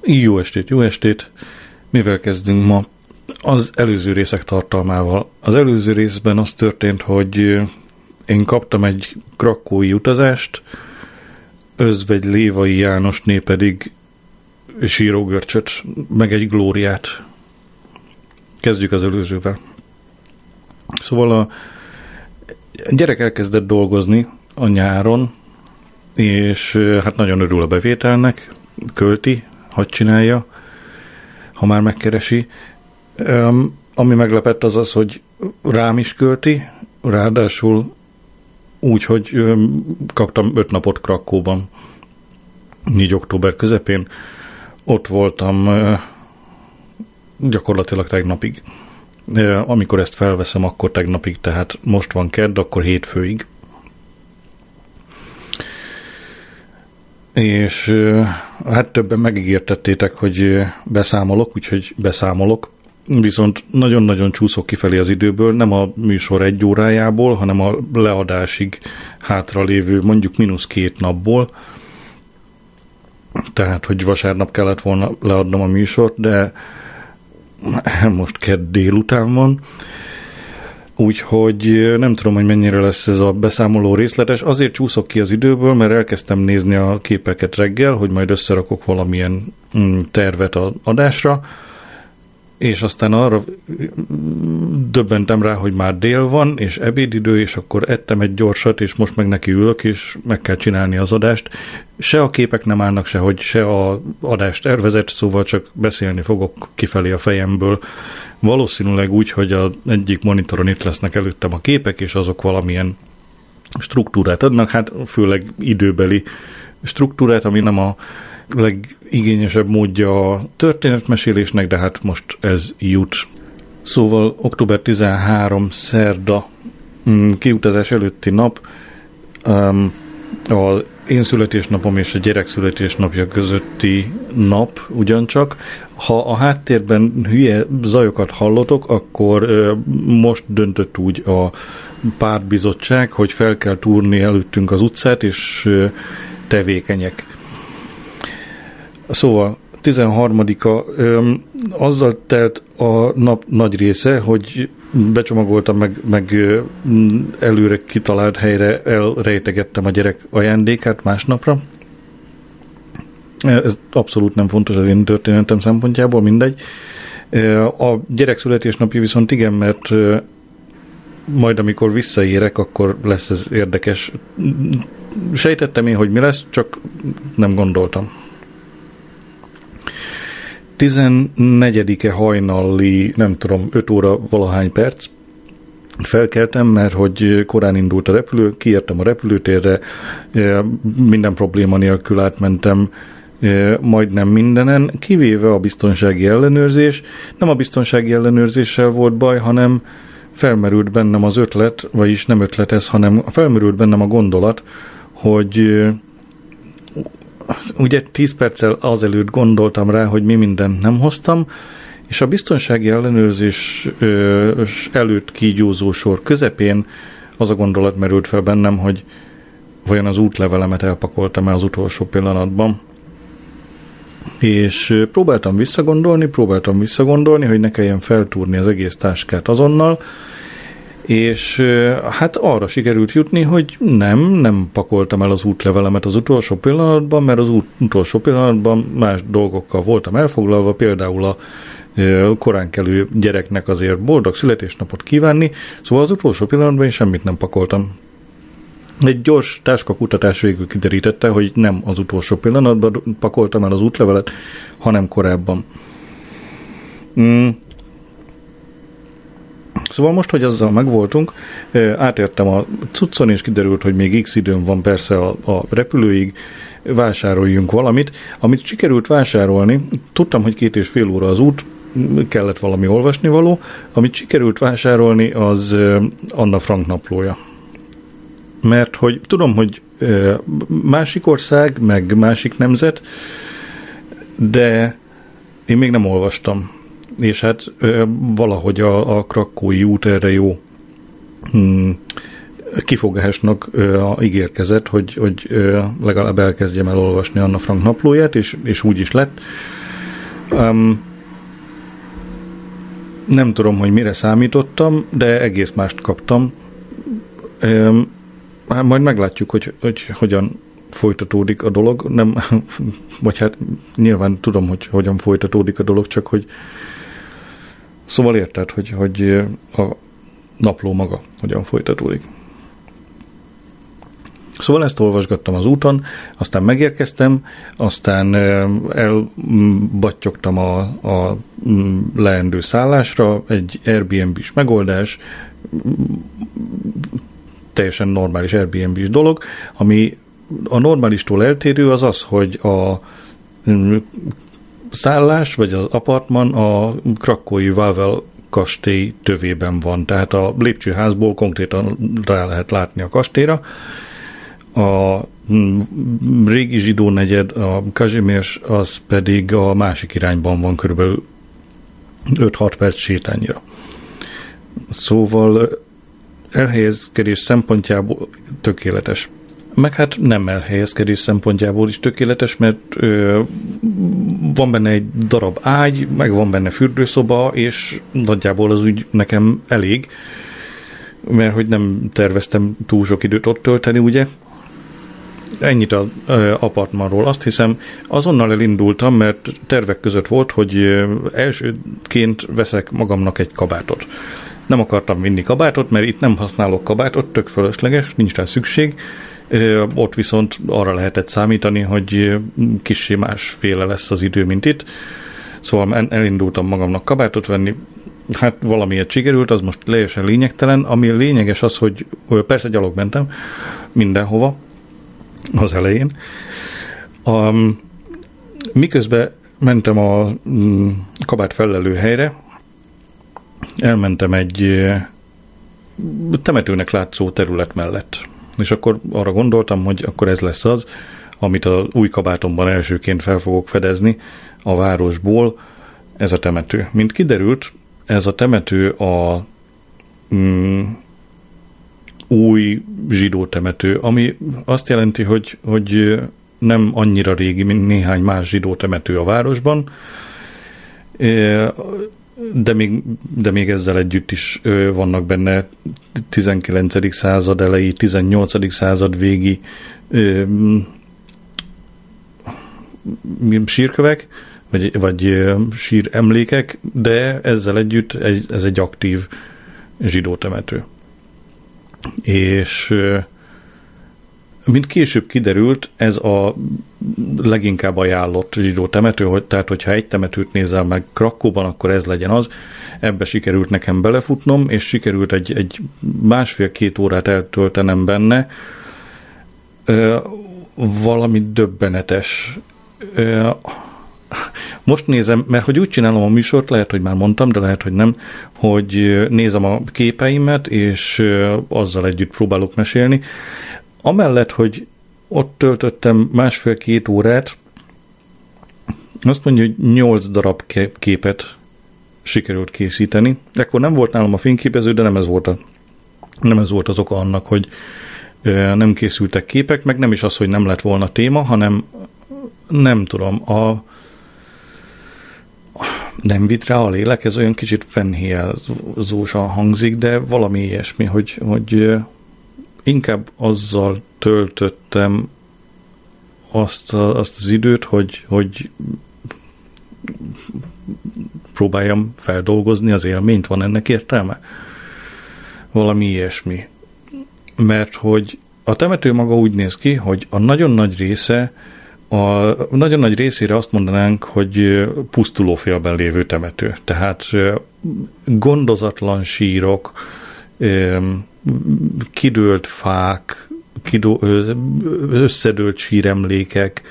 Jó estét, jó estét! Mivel kezdünk ma? Az előző részek tartalmával. Az előző részben az történt, hogy én kaptam egy krakói utazást, Özvegy Lévai Jánosné pedig sírógörcsöt, meg egy glóriát. Kezdjük az előzővel. Szóval a gyerek elkezdett dolgozni a nyáron, és hát nagyon örül a bevételnek, költi, hadd csinálja, ha már megkeresi. Ami meglepett az, hogy rám is költi, ráadásul úgy, hogy kaptam 5 napot Krakóban, 4 október közepén. Ott voltam gyakorlatilag tegnapig. Amikor ezt felveszem, akkor tegnapig, tehát most van kedd, akkor hétfőig. És hát többen megígértettétek, hogy beszámolok, úgyhogy beszámolok. Viszont nagyon-nagyon csúszok kifelé az időből, nem a műsor 1 órájából, hanem a leadásig hátralévő mondjuk -2 napból. Tehát, hogy vasárnap kellett volna leadnom a műsort, de most kedd délután van. Úgyhogy nem tudom, hogy mennyire lesz ez a beszámoló részletes. Azért csúszok ki az időből, mert elkezdtem nézni a képeket reggel, hogy majd összerakok valamilyen tervet az adásra, és aztán arra döbbentem rá, hogy már dél van, és ebédidő, és akkor ettem egy gyorsat, és most meg neki ülök, és meg kell csinálni az adást. Se a képek nem állnak sehogy, se a adás tervezet, szóval csak beszélni fogok kifelé a fejemből. Valószínűleg úgy, hogy az egyik monitoron itt lesznek előttem a képek, és azok valamilyen struktúrát adnak, hát főleg időbeli struktúrát, ami nem a legigényesebb módja a történetmesélésnek, de hát most ez jut. Szóval október 13 szerda, kiutazás előtti nap, az én születésnapom és a gyerek születésnapja közötti nap ugyancsak. Ha a háttérben hülye zajokat hallotok, akkor most döntött úgy a pártbizottság, hogy fel kell túrni előttünk az utcát, és tevékenyek. Szóval 13-a azzal telt a nap nagy része, hogy becsomagoltam, meg előre kitalált helyre elrejtegettem a gyerek ajándékát másnapra. Ez abszolút nem fontos az én történetem szempontjából, mindegy. A gyerek születésnapja viszont igen, mert majd amikor visszaérek, akkor lesz ez érdekes. Sejtettem én, hogy mi lesz, csak nem gondoltam. 14-e hajnali, nem tudom, 5 óra valahány perc. Felkeltem, mert hogy korán indult a repülő, kiértem a repülőtérre, minden probléma nélkül átmentem majdnem mindenen, kivéve a biztonsági ellenőrzés. Nem a biztonsági ellenőrzéssel volt baj, hanem felmerült bennem az ötlet, vagyis nem ötlet ez, hanem felmerült bennem a gondolat, hogy ugye 10 perccel azelőtt gondoltam rá, hogy mi mindent nem hoztam, és a biztonsági ellenőrzés előtt kígyózó sor közepén az a gondolat merült fel bennem, hogy vajon az útlevelemet elpakoltam-e az utolsó pillanatban. És próbáltam visszagondolni, hogy ne kelljen feltúrni az egész táskát azonnal, és hát arra sikerült jutni, hogy nem pakoltam el az útlevelemet az utolsó pillanatban, mert az utolsó pillanatban más dolgokkal voltam elfoglalva, például a koránkelő gyereknek azért boldog születésnapot kívánni, szóval az utolsó pillanatban én semmit nem pakoltam. Egy gyors táskakutatás végül kiderítette, hogy nem az utolsó pillanatban pakoltam el az útlevelet, hanem korábban. Szóval most, hogy azzal megvoltunk, átértem a cuccon, és kiderült, hogy még x időm van persze a repülőig, vásároljunk valamit. Amit sikerült vásárolni, tudtam, hogy 2,5 óra az út, kellett valami olvasnivaló, amit sikerült vásárolni, az Anna Frank naplója. Mert hogy tudom, hogy másik ország, meg másik nemzet, de én még nem olvastam. És hát valahogy a krakói út erre jó kifogásnak ígérkezett, hogy legalább elkezdjem elolvasni Anna Frank naplóját, és úgy is lett. Nem tudom, hogy mire számítottam, de egész mást kaptam. Majd meglátjuk, hogy hogyan folytatódik a dolog. Nem, vagy hát nyilván tudom, hogy hogyan folytatódik a dolog, csak hogy szóval érted, hogy a napló maga hogyan folytatódik. Szóval ezt olvasgattam az úton, aztán megérkeztem, aztán elbattyogtam a leendő szállásra, egy Airbnb-s megoldás, teljesen normális Airbnb-s dolog, ami a normálistól eltérő az, hogy a szállás, vagy az apartman a krakói Wawel kastély tövében van, tehát a lépcsőházból konkrétan rá lehet látni a kastélyra. A régi zsidó negyed, a Kazimierz, az pedig a másik irányban van, körülbelül 5-6 perc sétányra. Szóval elhelyezkedés szempontjából tökéletes. Meg hát nem elhelyezkedés szempontjából is tökéletes, mert van benne egy darab ágy, meg van benne fürdőszoba, és nagyjából az úgy nekem elég, mert hogy nem terveztem túl sok időt ott tölteni, ugye? Ennyit az apartmanról. Azt hiszem, azonnal elindultam, mert tervek között volt, hogy elsőként veszek magamnak egy kabátot. Nem akartam vinni kabátot, mert itt nem használok kabátot, tök fölösleges, nincs rá szükség. Ott viszont arra lehetett számítani, hogy kissé másféle lesz az idő, mint itt. Szóval elindultam magamnak kabátot venni. Hát valamiért sikerült, az most teljesen lényegtelen. Ami lényeges az, hogy persze gyalog mentem mindenhova az elején. Miközben mentem a kabát fellelő helyre, elmentem egy temetőnek látszó terület mellett. És akkor arra gondoltam, hogy akkor ez lesz az, amit az új kabátomban elsőként fel fogok fedezni a városból, ez a temető. Mint kiderült, ez a temető a új zsidó temető, ami azt jelenti, hogy nem annyira régi, mint néhány más zsidó temető a városban, de még ezzel együtt is vannak benne 19. század elejé, 18. század végi sírkövek, vagy síremlékek, de ezzel együtt ez egy aktív zsidó temető. És mint később kiderült, ez a leginkább ajánlott zsidó temető, tehát hogyha egy temetőt nézel meg Krakóban, akkor ez legyen az. Ebbe sikerült nekem belefutnom, és sikerült egy 1,5-2 órát eltöltenem benne. Valami döbbenetes. Most nézem, mert hogy úgy csinálom a műsort, lehet, hogy már mondtam, de lehet, hogy nem, hogy nézem a képeimet, és azzal együtt próbálok mesélni. Amellett, hogy ott töltöttem 1,5-2 órát, azt mondja, hogy 8 darab képet sikerült készíteni. Ekkor nem volt nálam a fényképező, de nem ez volt az oka annak, hogy nem készültek képek, meg nem is az, hogy nem lett volna téma, hanem nem tudom, nem vitt rá a lélek, ez olyan kicsit fennhéjazósan hangzik, de valami ilyesmi, hogy inkább azzal töltöttem azt az időt, hogy próbáljam feldolgozni az élményt, van ennek értelme? Valami ilyesmi. Mert hogy a temető maga úgy néz ki, hogy a nagyon nagy részére azt mondanánk, hogy pusztulófélben lévő temető. Tehát gondozatlan sírok, kidőlt fák, összedőlt síremlékek,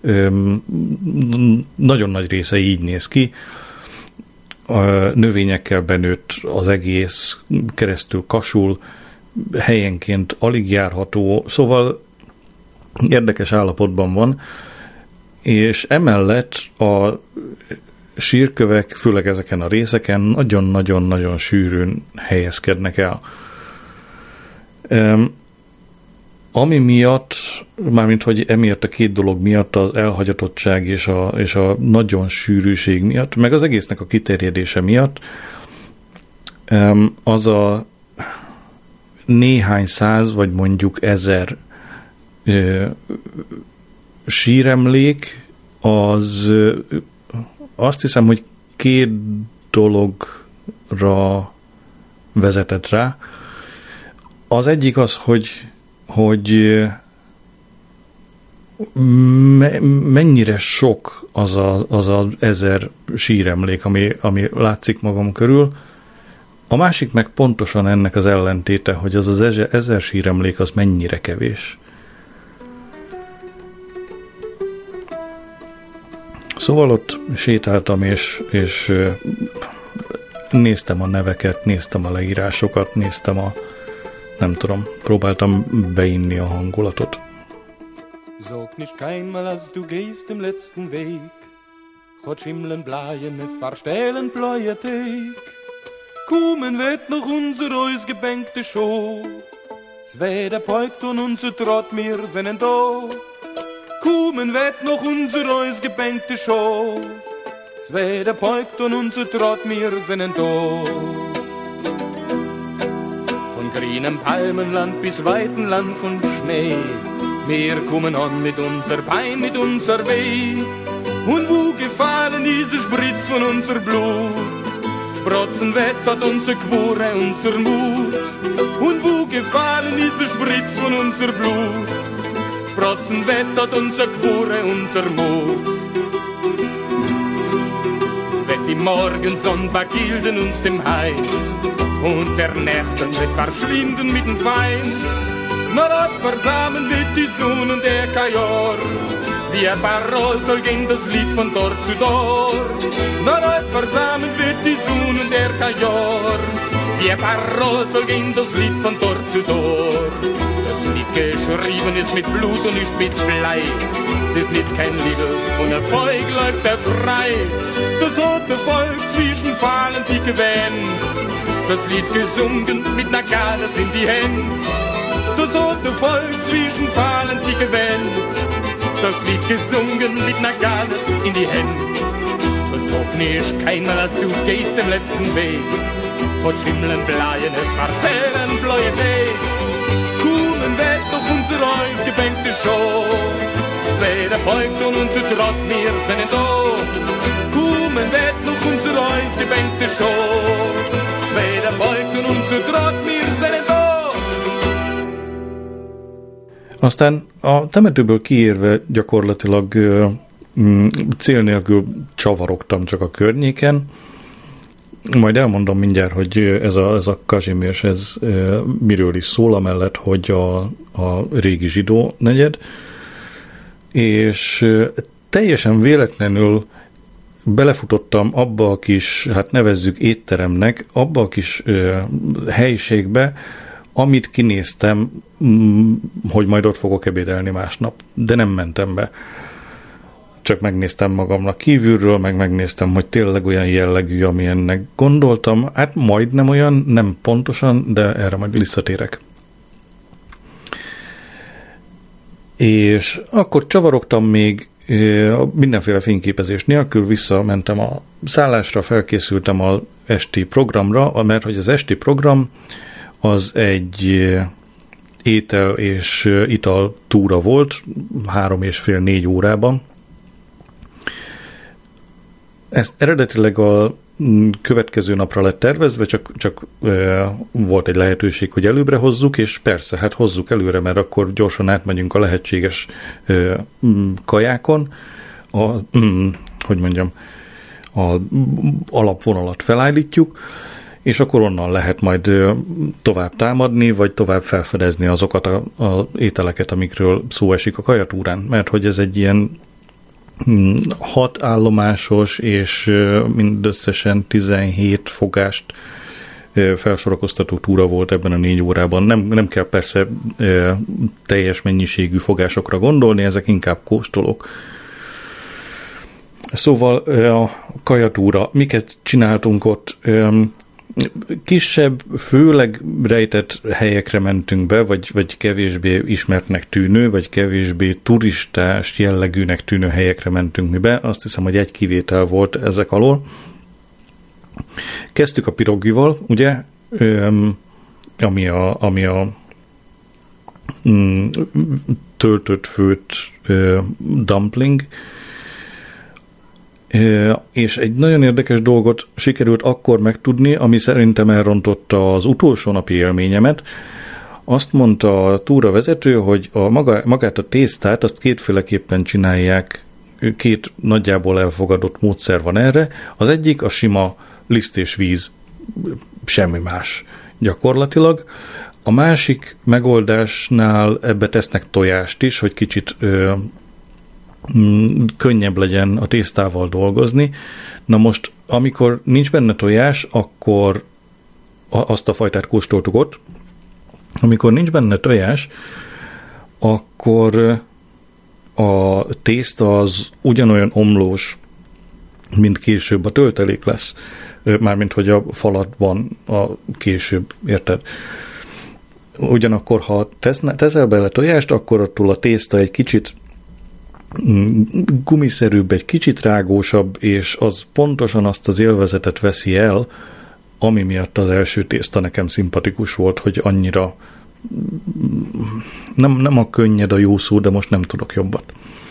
nagyon nagy része így néz ki. A növényekkel benőtt az egész, keresztül kasul, helyenként alig járható, szóval érdekes állapotban van, és emellett a sírkövek, főleg ezeken a részeken nagyon-nagyon-nagyon sűrűn helyezkednek el. ami miatt, mármint hogy emiatt a két dolog miatt, az elhagyatottság és a nagyon sűrűség miatt, meg az egésznek a kiterjedése miatt, az a néhány száz, vagy mondjuk 1000 síremlék, az azt hiszem, hogy két dologra vezetett rá. Az egyik az, hogy mennyire sok az 1000 síremlék, ami látszik magam körül. A másik meg pontosan ennek az ellentéte, hogy az 1000 síremlék az mennyire kevés. Szóval ott sétáltam, és néztem a neveket, néztem a leírásokat, nem tudom, próbáltam beinni a hangulatot. Sag nicht keinmal, als du gehst im letzten Weg, Gott schimmeln bleiene, verstellen Pleueteig. Kommen wird noch unser ausgebänkte Show, Zweder beugt und unser Trott mir seinen da. Kommen wird noch unser ausgebänkte Show, Zweder beugt und unser Trott mir seinen da. Von grünem Palmenland bis weiten Land von Schnee, wir kommen an mit unser Bein, mit unser Weh. Und wo gefallen diese Spritz von unser Blut? Sprotzen wettert unser Quore, unser Mut. Und wo gefallen diese Spritz von unser Blut? Sprotzen wettert unser Quore, unser Mut. Es wird die Morgensonne begilden uns dem Heiß, und der Nächten wird verschwinden mit dem Feind. Nur ab versammeln wird die Sonne und der Kajor, wie ein Parol soll gehen das Lied von dort zu dort. Nur ab versammeln wird die Sonne und der Kajor, wie ein Parol soll gehen das Lied von dort zu dort. Das Lied geschrieben ist mit Blut und nicht mit Blei. Es ist nicht kein Lied und ein Volk läuft er frei. Das hat der Volk zwischen Fahnen die gewähnt. Das Lied gesungen mit ner Gales in die Hände. Das hat der Volk zwischen Fahnen die gewähnt. Das Lied gesungen mit ner Gales in die Hände. Das sagt nicht keinmal, als du gehst im letzten Weg. Von Schimmeln bleiene, verstellen bläue Weg. Kommen wird doch unser ausgebänkte Show. Zweder beugt und unser Trott mir seinen da. Kommen wird doch unser ausgebänkte Show. Zweder beugt und unser Trott mir seinen da. Aztán a temetőből kiérve gyakorlatilag cél nélkül csavarogtam csak a környéken. Majd elmondom mindjárt, hogy ez a Kazimierz, ez miről is szól, amellett, hogy a régi zsidó negyed. És teljesen véletlenül belefutottam abba a kis, hát nevezzük étteremnek, abba a kis helyiségbe, amit kinéztem, hogy majd ott fogok ebédelni másnap. De nem mentem be. Csak megnéztem magamnak kívülről, megnéztem, hogy tényleg olyan jellegű, amilyennek gondoltam. Hát majdnem olyan, nem pontosan, de erre majd visszatérek. És akkor csavarogtam még mindenféle fényképezés nélkül, visszamentem a szállásra, felkészültem az esti programra, mert hogy az esti program az egy étel és ital túra volt, 3,5-4 órában. Ezt eredetileg a következő napra lett tervezve, csak volt egy lehetőség, hogy előbbre hozzuk, és persze, hát hozzuk előre, mert akkor gyorsan átmegyünk a lehetséges kajákon, a alapvonalat felállítjuk, és akkor onnan lehet majd tovább támadni, vagy tovább felfedezni azokat az ételeket, amikről szó esik a kajatúrán, mert hogy ez egy ilyen 6 állomásos és mindösszesen 17 fogást felsorakoztató túra volt ebben a 4 órában. Nem kell persze teljes mennyiségű fogásokra gondolni, ezek inkább kóstolók. Szóval a kajatúra, miket csináltunk ott? Kisebb, főleg rejtett helyekre mentünk be, vagy kevésbé ismertnek tűnő, vagy kevésbé turistás jellegűnek tűnő helyekre mentünk mi be. Azt hiszem, hogy egy kivétel volt ezek alól. Kezdtük a pirogival, ugye, ami a töltött főtt dumpling, és egy nagyon érdekes dolgot sikerült akkor megtudni, ami szerintem elrontotta az utolsó napi élményemet. Azt mondta a túravezető, hogy magát a tésztát azt kétféleképpen csinálják, két nagyjából elfogadott módszer van erre. Az egyik a sima liszt és víz, semmi más gyakorlatilag. A másik megoldásnál ebbe tesznek tojást is, hogy kicsit könnyebb legyen a tésztával dolgozni. Na most, amikor nincs benne tojás, akkor azt a fajtát kóstoltuk ott. Amikor nincs benne tojás, akkor a tészta az ugyanolyan omlós, mint később a töltelék lesz. Mármint, hogy a falatban a később, érted? Ugyanakkor, ha teszel bele tojást, akkor attól a tészta egy kicsit gumiszerűbb, egy kicsit rágósabb, és az pontosan azt az élvezetet veszi el, ami miatt az első tészta nekem szimpatikus volt, hogy annyira nem a könnyed a jó szó, de most nem tudok jobbat.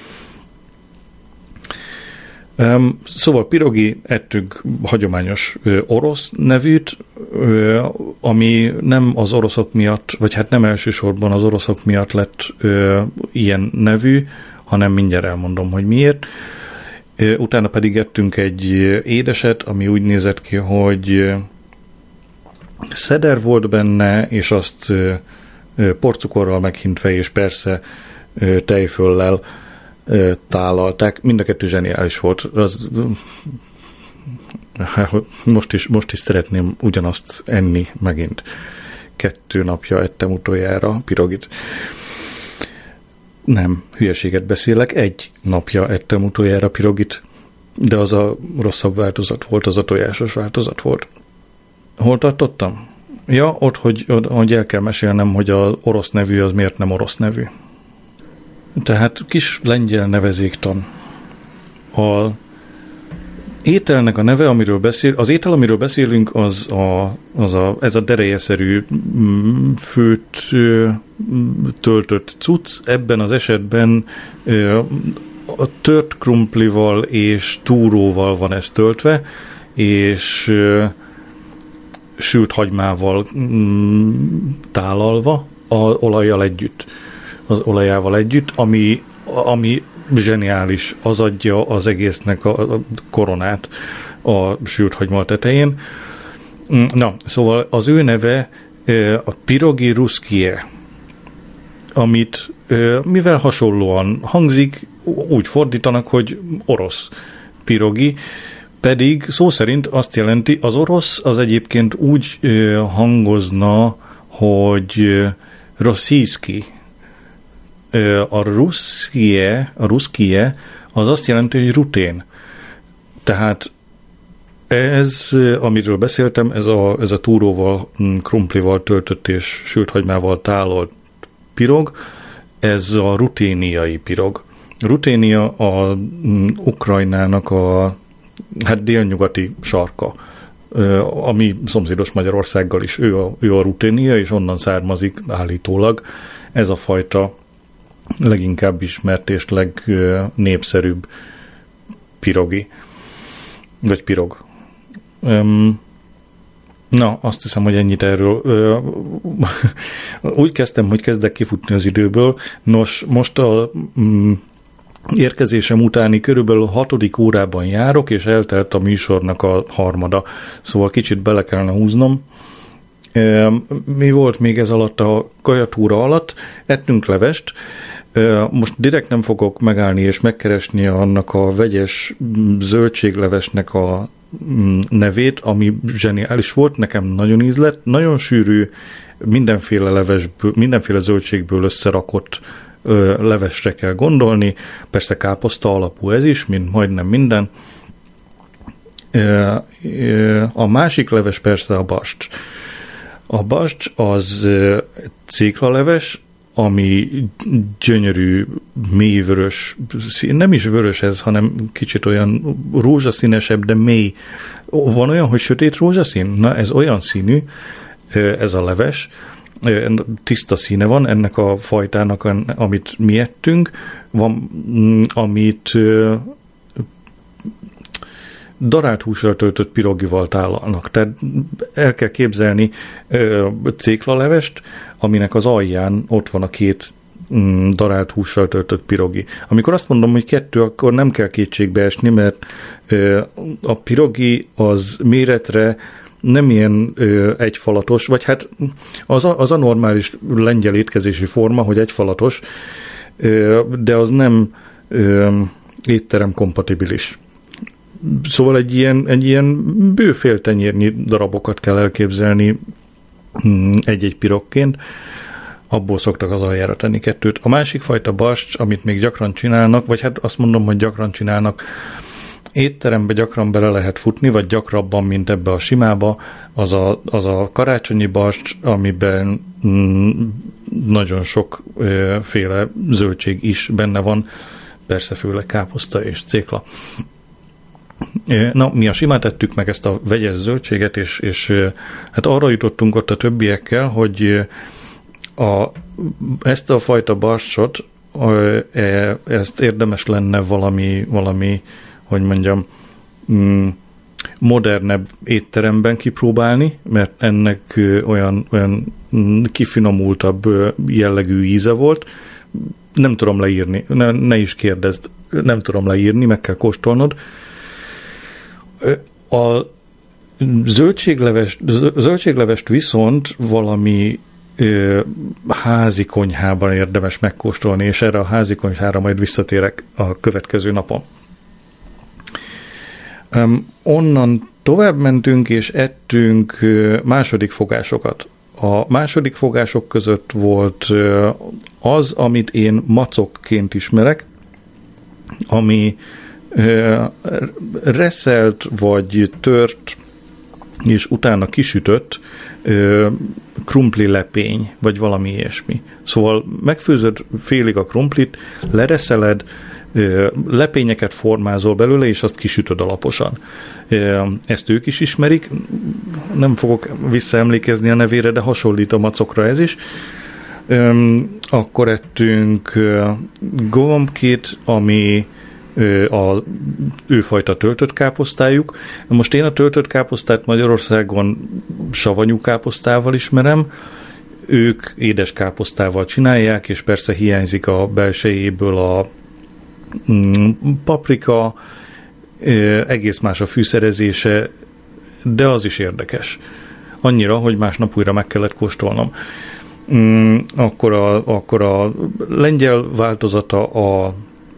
Szóval pirogi, ettünk hagyományos orosz nevűt, ami nem az oroszok miatt, vagy hát nem elsősorban az oroszok miatt lett ilyen nevű, hanem mindjárt elmondom, hogy miért. Utána pedig ettünk egy édeset, ami úgy nézett ki, hogy szeder volt benne, és azt porcukorral meghintve, és persze tejföllel tálalták. Mind a kettő zseniális volt. Az, most is szeretném ugyanazt enni megint. 2 napja ettem utoljára pirogit. Nem, hülyeséget beszélek. 1 napja ettem utoljára pirogit, de az a rosszabb változat volt, az a tojásos változat volt. Hol tartottam? Ja, ott, hogy el kell mesélnem, hogy az orosz nevű az miért nem orosz nevű. Tehát kis lengyel nevezéktan. A ételnek a neve, az étel, amiről beszélünk, ez a derejeszerű főtt, töltött cucc. Ebben az esetben a tört krumplival és túróval van ez töltve, és sült hagymával tálalva, az olajával együtt, ami zseniális, az adja az egésznek a koronát a sült hagyma tetején. Na, szóval az ő neve a pirogi ruszkie, amit mivel hasonlóan hangzik, úgy fordítanak, hogy orosz pirogi, pedig szó szerint azt jelenti, az orosz az egyébként úgy hangozna, hogy rosszíszki. A ruszkie az azt jelenti, hogy rutén. Tehát ez, amiről beszéltem, ez a túróval, krumplival töltött és sült hagymával tálolt pirog, ez a ruténiai pirog. Ruténia a Ukrajnának a délnyugati sarka, ami szomszédos Magyarországgal is. Ő a ruténia, és onnan származik állítólag ez a fajta leginkább ismert és legnépszerűbb pirogi, vagy pirog. Na, azt hiszem, hogy ennyit erről. Úgy kezdtem, hogy kezdek kifutni az időből. Nos, most a érkezésem utáni körülbelül 6. órában járok, és eltelt a műsornak a 3. Szóval kicsit bele kellene húznom. Mi volt még ez alatt a kajatúra alatt? Ettünk levest. Most direkt nem fogok megállni és megkeresni annak a vegyes zöldséglevesnek a nevét, ami zseniális volt, nekem nagyon ízlett, nagyon sűrű, mindenféle levesből, mindenféle zöldségből összerakott levesre kell gondolni, persze káposzta alapú ez is, mint majdnem minden. A másik leves persze a bascs. A bascs az céklaleves, ami gyönyörű, mélyvörös, nem is vörös ez, hanem kicsit olyan rózsaszínesebb, de mély. Van olyan, hogy sötét rózsaszín? Na, ez olyan színű, ez a leves, tiszta színe van ennek a fajtának, amit mi ettünk, van, amit darált hússal töltött pirogival tálalnak. Tehát el kell képzelni céklalevest, aminek az alján ott van a két darált hússal töltött pirogi. Amikor azt mondom, hogy 2, akkor nem kell kétségbe esni, mert a pirogi az méretre nem ilyen egyfalatos, vagy hát az a normális lengyel étkezési forma, hogy egyfalatos, de az nem étterem kompatibilis. Szóval egy ilyen bő fél tenyérnyi darabokat kell elképzelni egy-egy pirogként, abból szoktak az aljára tenni 2. A másik fajta bascs, amit még gyakran csinálnak, vagy hát azt mondom, hogy gyakran csinálnak, étterembe gyakran bele lehet futni, vagy gyakrabban, mint ebbe a simába, az a karácsonyi bascs, amiben nagyon sokféle zöldség is benne van, persze főleg káposzta és cékla. Na, mi a simát tettük meg ezt a vegyes zöldséget, és hát arra jutottunk ott a többiekkel, hogy ezt a fajta barcsot, ezt érdemes lenne valami, hogy mondjam, modernebb étteremben kipróbálni, mert ennek olyan kifinomultabb jellegű íze volt. Nem tudom leírni, ne is kérdezd, nem tudom leírni, meg kell kóstolnod. A zöldséglevest viszont valami házi konyhában érdemes megkóstolni, és erre a házi konyhára majd visszatérek a következő napon. Onnan tovább mentünk, és ettünk második fogásokat. A második fogások között volt az, amit én macokként ismerek, ami reszelt vagy tört, és utána kisütött krumpli lepény, vagy valami ilyesmi. Szóval megfőzöd félig a krumplit, lereszeled, lepényeket formázol belőle, és azt kisütöd alaposan. Ezt ők is ismerik, nem fogok visszaemlékezni a nevére, de hasonlít a macokra ez is. Akkor ettünk gombkit, ami a őfajta töltött káposztájuk. Most én a töltött káposztát Magyarországon savanyú káposztával ismerem, ők édes káposztával csinálják, és persze hiányzik a belsejéből a paprika, egész más a fűszerezése, de az is érdekes. Annyira, hogy másnap újra meg kellett kóstolnom. Akkor a lengyel változata a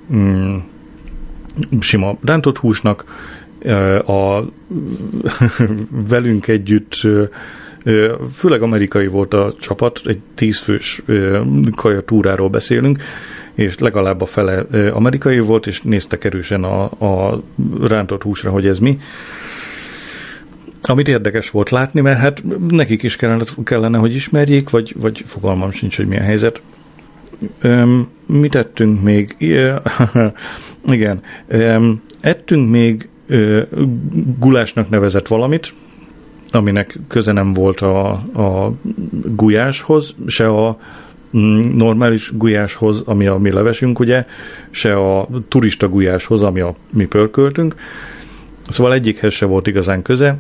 sima rántott húsnak, a velünk együtt főleg amerikai volt a csapat, egy 10 fős kajatúráról beszélünk, és legalább a fele amerikai volt, és néztek erősen a rántott húsra, hogy ez mi. Amit érdekes volt látni, mert hát nekik is kellene, hogy ismerjék, vagy fogalmam sincs, hogy milyen helyzet. Mit ettünk még? Igen. Ettünk még gulásnak nevezett valamit, aminek köze nem volt a gulyáshoz, se a normális gulyáshoz, ami a mi levesünk, ugye, se a turista gulyáshoz, ami a mi pörköltünk. Szóval egyikhez se volt igazán köze.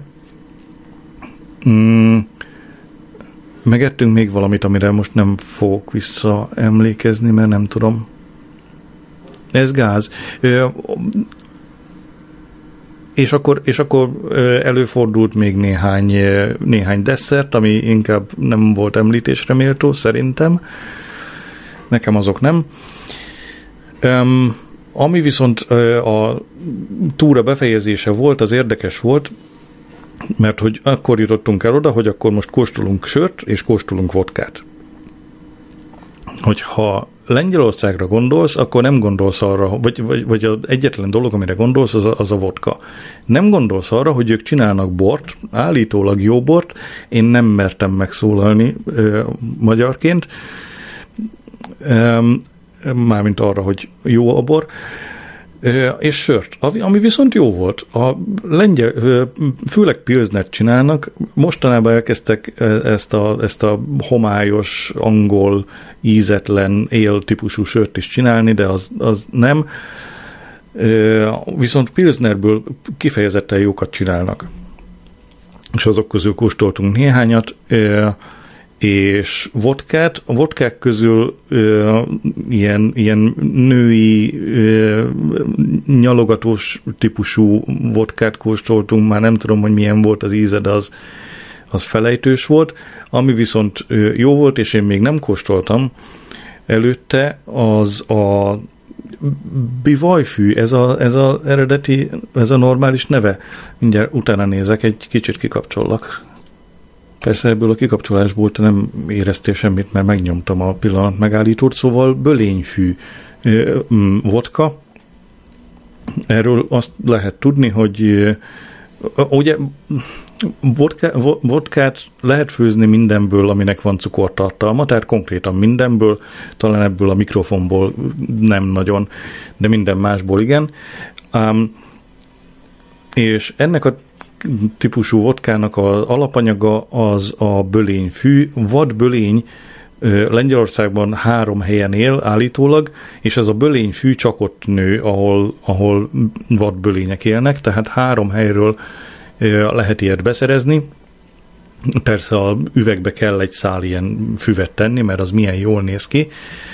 Megettünk még valamit, amire most nem fogok visszaemlékezni, mert nem tudom. Ez gáz. És akkor előfordult még néhány desszert, ami inkább nem volt említésre méltó, szerintem. Nekem azok nem. Ami viszont a túra befejezése volt, az érdekes volt, mert hogy akkor jutottunk el oda, hogy akkor most kóstolunk sört, és kóstolunk vodkát. Hogyha Lengyelországra gondolsz, akkor nem gondolsz arra, vagy az egyetlen dolog, amire gondolsz, az a vodka. Nem gondolsz arra, hogy ők csinálnak bort, állítólag jó bort, én nem mertem megszólalni magyarként, mármint arra, hogy jó a bor, és sört, ami viszont jó volt. A lengyel, főleg pilsnert csinálnak, mostanában elkezdtek ezt a homályos, angol, ízetlen, él típusú sört is csinálni, de az nem. Viszont pilsnerből kifejezetten jókat csinálnak. És azok közül kóstoltunk néhányat, és vodkát. A vodkák közül ilyen női nyalogatós típusú vodkát kóstoltunk, már nem tudom, hogy milyen volt az íze, de az felejtős volt. Ami viszont jó volt, és én még nem kóstoltam előtte, az a bivajfű, ez a eredeti, ez a normális neve. Mindjárt utána nézek, egy kicsit kikapcsollak. Persze ebből a kikapcsolásból te nem éreztél semmit, mert megnyomtam a pillanat megállítót, szóval bölényfű vodka. Erről azt lehet tudni, hogy ugye vodkát lehet főzni mindenből, aminek van cukortartalma, tehát konkrétan mindenből, talán ebből a mikrofonból nem nagyon, de minden másból igen. És ennek a típusú vodkának az alapanyaga az a bölényfű, vadbölény. Lengyelországban 3 helyen él állítólag, és ez a bölényfű csak ott nő, ahol vadbölények élnek, tehát 3 helyről lehet ilyet beszerezni. Persze a üvegbe kell egy szál ilyen füvet tenni, mert az milyen jól néz ki.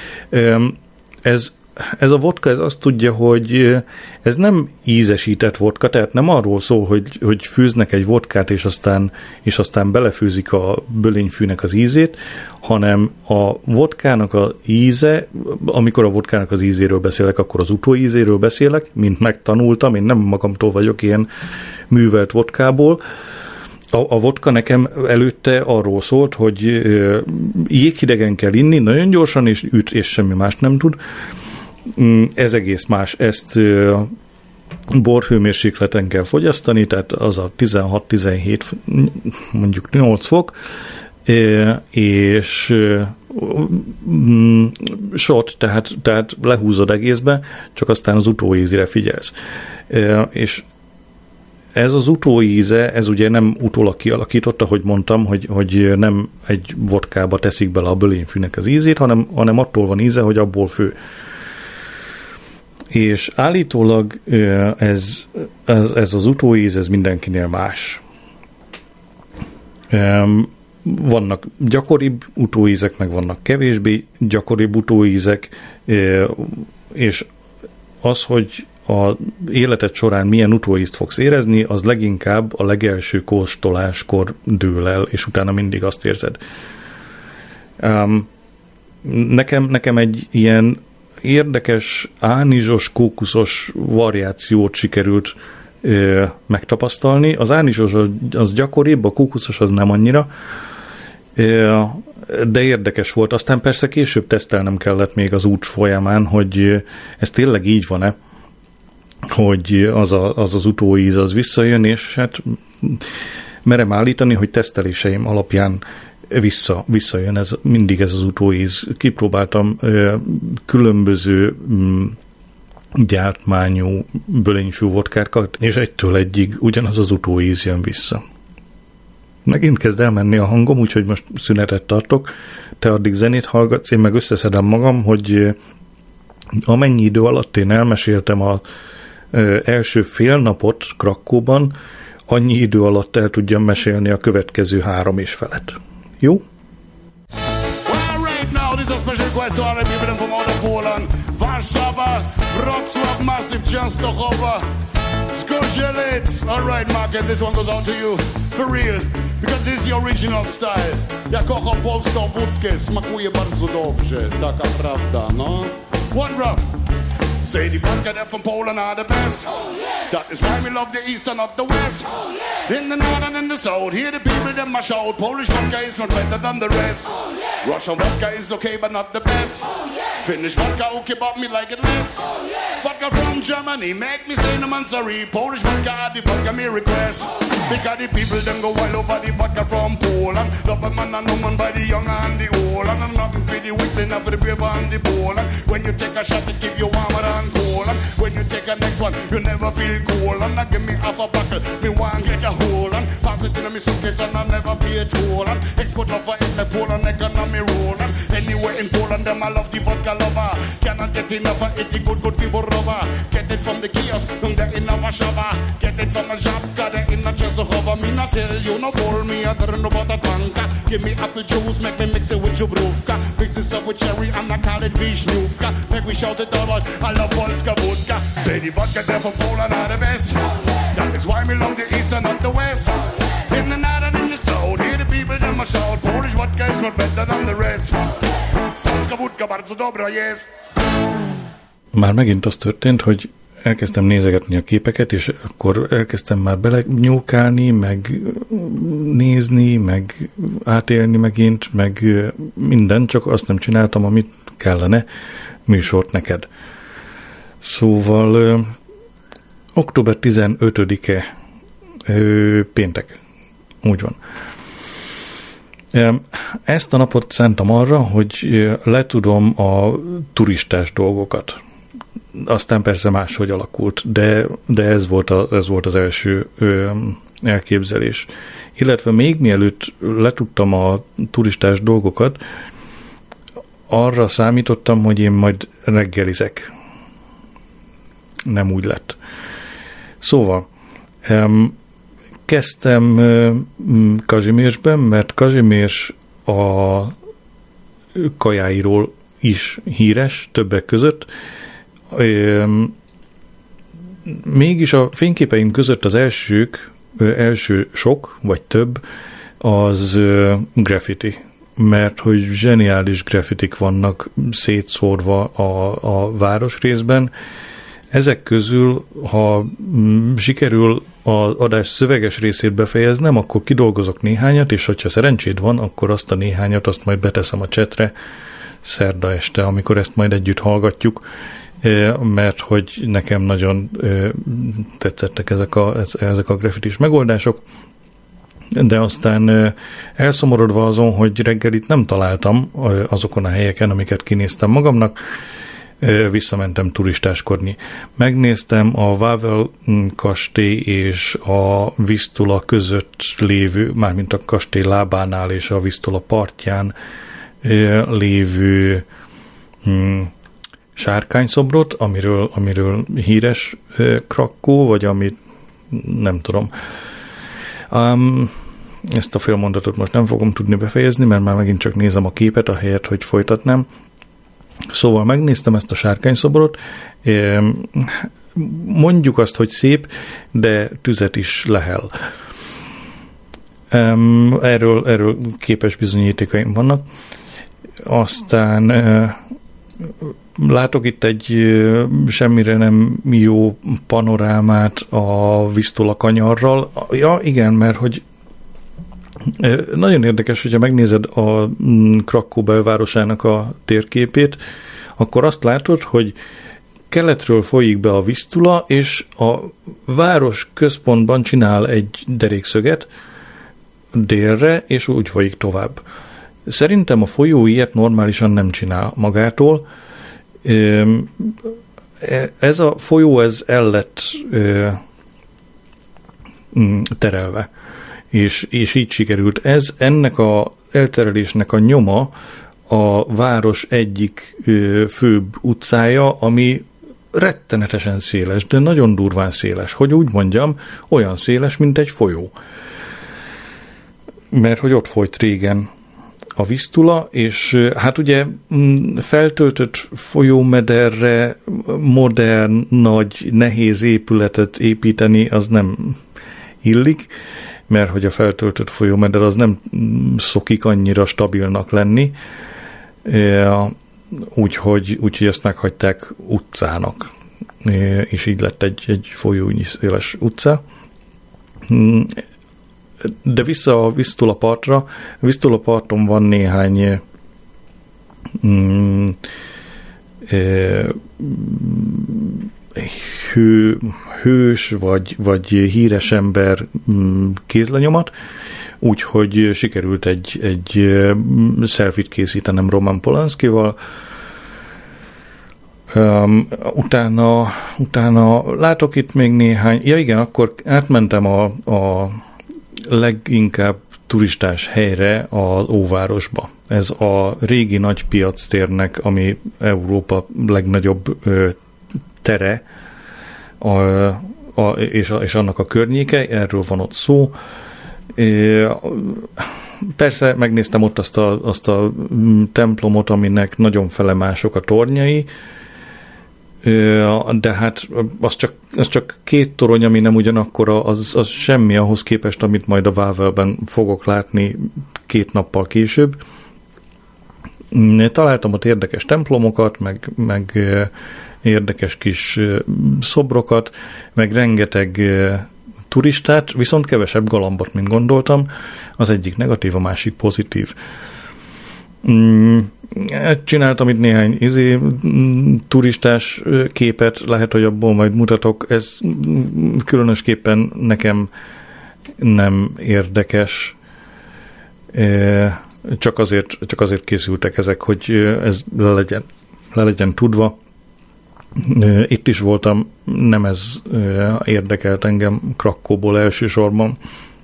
Ez a vodka, ez azt tudja, hogy ez nem ízesített vodka, tehát nem arról szól, hogy főznek egy vodkát, és aztán belefőzik a bölényfűnek az ízét, hanem a vodkának az íze, amikor a vodkának az ízéről beszélek, akkor az utóízéről beszélek, mint megtanultam, én nem magamtól vagyok ilyen művelt vodkából. A vodka nekem előtte arról szólt, hogy jéghidegen kell inni, nagyon gyorsan, és üt, és semmi más nem tud. Ez egész más, ezt borhőmérsékleten kell fogyasztani, tehát az a 16-17, mondjuk 8 fok, és shot, tehát lehúzod egészbe, csak aztán az utóízre figyelsz. És ez az utóíze, ez ugye nem utólag kialakított, ahogy mondtam, hogy nem egy vodkába teszik bele a bölényfűnek az ízét, hanem attól van íze, hogy abból fő. És állítólag ez az utóíz, ez mindenkinél más. Vannak gyakoribb utóízek, meg vannak kevésbé gyakoribb utóízek, és az, hogy a életed során milyen utóízt fogsz érezni, az leginkább a legelső kóstoláskor dől el, és utána mindig azt érzed. Nekem egy ilyen érdekes, ánizsos, kókuszos variációt sikerült megtapasztalni. Az ánizsos az gyakoribb, a kókuszos az nem annyira, de érdekes volt. Aztán persze később tesztelnem kellett még az út folyamán, hogy ez tényleg így van-e, hogy az utóíz az visszajön, és hát merem állítani, hogy teszteléseim alapján visszajön mindig ez az utóíz. Kipróbáltam különböző gyártmányú bölényfű vodkákat, és 1-től 1-ig ugyanaz az utóíz jön vissza. Megint kezd elmenni a hangom, úgyhogy most szünetet tartok. Te addig zenét hallgatsz, én meg összeszedem magam, hogy amennyi idő alatt én elmeséltem az első fél napot Krakóban, annyi idő alatt el tudjam mesélni a következő 3 és felet. Jó? Alright, Mark, and this one goes out to you for real, because this is the original style. Ja kocham polską wódkę, smakuje bardzo dobrze, taka prawda, no. One rub. Say the vodka there from Poland are the best. Oh, yes. That is why we love the east and not the west. Oh, yes. In the north and in the south, here the people them mash out. Polish vodka is not better than the rest. Oh, yes. Russian vodka is okay, but not the best. Oh, yes. Finnish vodka okay, but me like it less. Oh, yes. Vodka from Germany, make me say no man sorry. Polish vodka, the vodka me request. Oh, yes. Because the people them go wild over the vodka from Poland. Love a man and woman by the young and the old. And I'm nothing for the weak, not for the brave and the bold. And when you take a shot, it keep you warmer than cold. And when you take a next one, you never feel cold. And I give me half a buckle, me one get a hole. And pass it in my suitcase and I never pay it whole. And export love for it, the Poland economy roll. And anywhere in Poland, them I love the vodka lover. Cannot get enough of it, the good fever rubber. Get it from the kiosk, from the in of a shopper. Get it from a shop, got it in a chest of cover. Me not tell you, no bowl me, I don't know about the tanka. Give me apple juice, make me mix it with Jubruvka. Mix this up with cherry, and I call it Vishnuvka. Make me shout it out, I love Polska vodka. Say the vodka there from Poland are the best. That is why me love the east and not the west. In the north and in the south, hear the people them a shout. Polish vodka is much better than the rest. Polska vodka bardzo dobra jest. Már megint az történt, hogy elkezdtem nézegetni a képeket, és akkor elkezdtem már belenyúlkálni, meg nézni, meg átélni megint, meg minden, csak azt nem csináltam, amit kellene, műsort neked. Szóval október 15-e péntek. Úgy van. Ezt a napot szántam arra, hogy letudom a turistás dolgokat. Aztán persze máshogy alakult, de ez volt az első elképzelés. Illetve még mielőtt letudtam a turistás dolgokat, arra számítottam, hogy én majd reggelizek. Nem úgy lett. Szóval, kezdtem Kazimiersben, mert Kazimierz a kajáiról is híres, többek között. Mégis a fényképeim között az első sok, vagy több, az graffiti. Mert hogy zseniális graffitik vannak szétszórva a városrészben. Ezek közül, ha sikerül az adás szöveges részét befejeznem, akkor kidolgozok néhányat, és hogyha szerencséd van, akkor azt a néhányat azt majd beteszem a chatre szerda este, amikor ezt majd együtt hallgatjuk, mert hogy nekem nagyon tetszettek ezek a graffitis megoldások, de aztán elszomorodva azon, hogy reggelit nem találtam azokon a helyeken, amiket kinéztem magamnak, visszamentem turistáskodni. Megnéztem a Wawel kastély és a Vistula között lévő, mármint a kastély lábánál és a Vistula partján lévő sárkányszobrot, amiről híres Krakkó, vagy amit nem tudom. Ezt a félmondatot most nem fogom tudni befejezni, mert már megint csak nézem a képet, ahelyett, hogy folytatnám. Szóval megnéztem ezt a sárkányszobrot, mondjuk azt, hogy szép, de tüzet is lehel. Erről képes bizonyítékaim vannak. Aztán látok itt egy semmire nem jó panorámát a Vistula kanyarral. Ja, igen, mert hogy nagyon érdekes, hogyha megnézed a Krakkó belvárosának a térképét, akkor azt látod, hogy keletről folyik be a Vistula, és a város központban csinál egy derékszöget délre, és úgy folyik tovább. Szerintem a folyó ilyet normálisan nem csinál magától. Ez a folyó el lett terelve. És így sikerült. Ennek a elterelésnek a nyoma a város egyik főbb utcája, ami rettenetesen széles, de nagyon durván széles. Hogy úgy mondjam, olyan széles, mint egy folyó. Mert hogy ott folyt régen a Vistula, és hát ugye feltöltött folyómederre modern, nagy, nehéz épületet építeni, az nem illik, mert hogy a feltöltött folyómeder az nem szokik annyira stabilnak lenni, úgyhogy ezt meghagyták utcának, és így lett egy folyónyi széles utca. De vissza a Vistula partra. A Vistula parton van néhány hős vagy híres ember kézlenyomat, úgyhogy sikerült egy selfie-t készítenem Roman Polanskival. Utána látok itt még néhány, ja igen, akkor átmentem a leginkább turistás helyre az Óvárosba. Ez a régi nagy piactérnek, ami Európa legnagyobb tere, és annak a környéke, erről van ott szó. Persze megnéztem ott azt a templomot, aminek nagyon felemások a tornyai, de hát az csak 2 torony, ami nem ugyanakkora, az semmi ahhoz képest, amit majd a Wawelben fogok látni 2 nappal később. Találtam ott érdekes templomokat, meg érdekes kis szobrokat, meg rengeteg turistát, viszont kevesebb galambot, mint gondoltam. Az egyik negatív, a másik pozitív. Csináltam itt néhány turistás képet, lehet, hogy abból majd mutatok. Ez különösképpen nekem nem érdekes. Csak azért készültek ezek, hogy ez le legyen tudva. Itt is voltam, nem ez érdekelt engem Krakkóból elsősorban.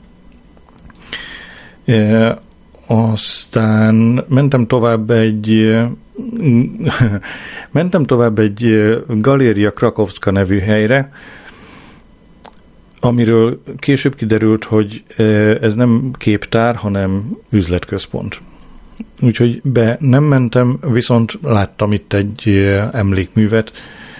Aztán mentem tovább egy Galéria Krakowska nevű helyre, amiről később kiderült, hogy ez nem képtár, hanem üzletközpont. Úgyhogy be nem mentem, viszont láttam itt egy emlékművet,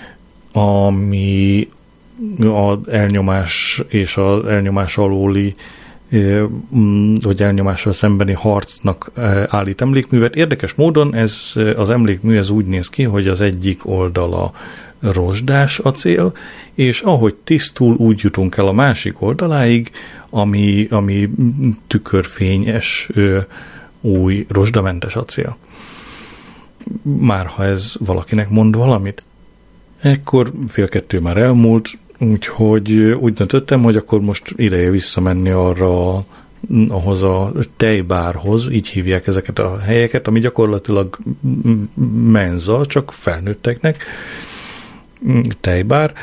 ami az elnyomás és az elnyomás alóli vagy elnyomással szembeni harcnak állít emlékművet. Érdekes módon ez az emlékmű ez úgy néz ki, hogy az egyik oldala rozsdás acél, és ahogy tisztul, úgy jutunk el a másik oldaláig, ami tükörfényes, új rozsdamentes acél. Már ha ez valakinek mond valamit. Ekkor 1:30 már elmúlt, úgyhogy úgy döntöttem, hogy akkor most ideje visszamenni ahhoz a tejbárhoz, így hívják ezeket a helyeket, ami gyakorlatilag menza, csak felnőtteknek, tejbár.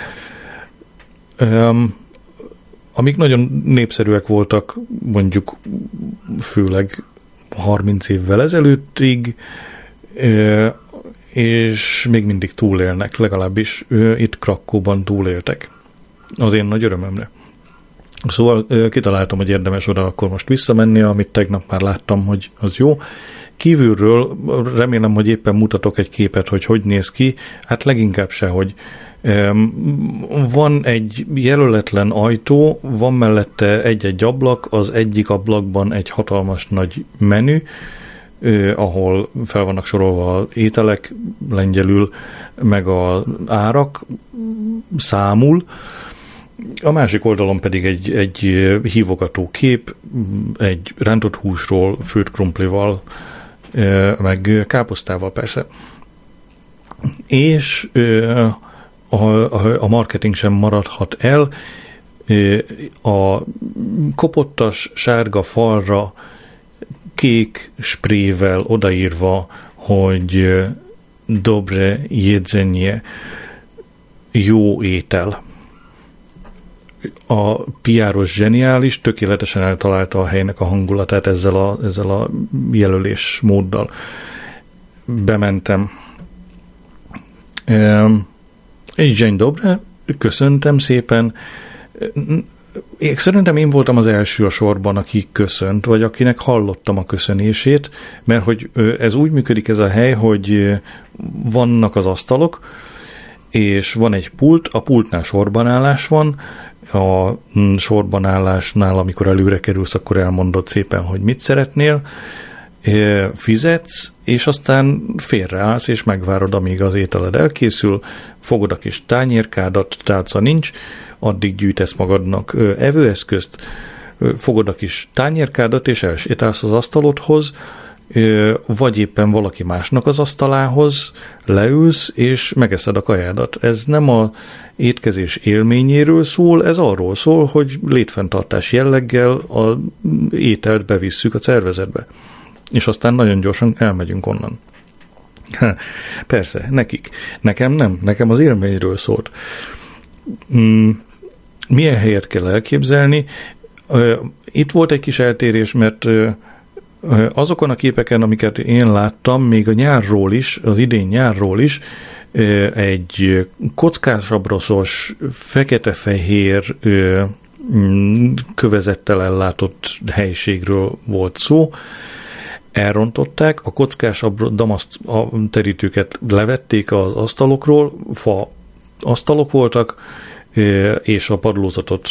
Amik nagyon népszerűek voltak, mondjuk főleg 30 évvel ezelőttig, és még mindig túlélnek, legalábbis itt Krakkóban túléltek. Az én nagy örömömre. Szóval kitaláltam, hogy érdemes oda akkor most visszamenni, amit tegnap már láttam, hogy az jó. Kívülről remélem, hogy éppen mutatok egy képet, hogy néz ki. Hát leginkább sehogy. Van egy jelöletlen ajtó, van mellette egy-egy ablak, az egyik ablakban egy hatalmas nagy menü, ahol fel vannak sorolva ételek lengyelül, meg az árak számul. A másik oldalon pedig egy hívogató kép, egy rántott húsról, főtt krumplival, meg káposztával persze. És a marketing sem maradhat el. A kopottas sárga falra kék sprével odaírva, hogy dobre jedzenie, jó étel. A PR-os zseniális, tökéletesen eltalálta a helynek a hangulatát ezzel a jelölés móddal. Bementem. Dzień dobry, köszöntem szépen. Szerintem én voltam az első a sorban, aki köszönt, vagy akinek hallottam a köszönését, mert hogy ez úgy működik ez a hely, hogy vannak az asztalok, és van egy pult, a pultnál sorbanállás van, a sorbanállásnál, amikor előre kerülsz, akkor elmondod szépen, hogy mit szeretnél, fizetsz, és aztán félreállsz, és megvárod, amíg az ételed elkészül, fogod a kis tányérkádat, tálca nincs, addig gyűjtesz magadnak evőeszközt, fogod a kis tányérkádat, és elsétálsz az asztalodhoz, vagy éppen valaki másnak az asztalához leülsz, és megeszed a kajádat. Ez nem a étkezés élményéről szól, ez arról szól, hogy létfenntartás jelleggel a ételt bevisszük a szervezetbe. És aztán nagyon gyorsan elmegyünk onnan. Persze, nekik. Nekem nem. Nekem az élményről szólt. Milyen helyet kell elképzelni? Itt volt egy kis eltérés, mert azokon a képeken, amiket én láttam, még a nyárról is, az idén nyárról is, egy kockásabroszos, fekete-fehér kövezettel ellátott helységről volt szó. Elrontották, a kockás damaszt terítőket levették az asztalokról, fa asztalok voltak, és a padlózatot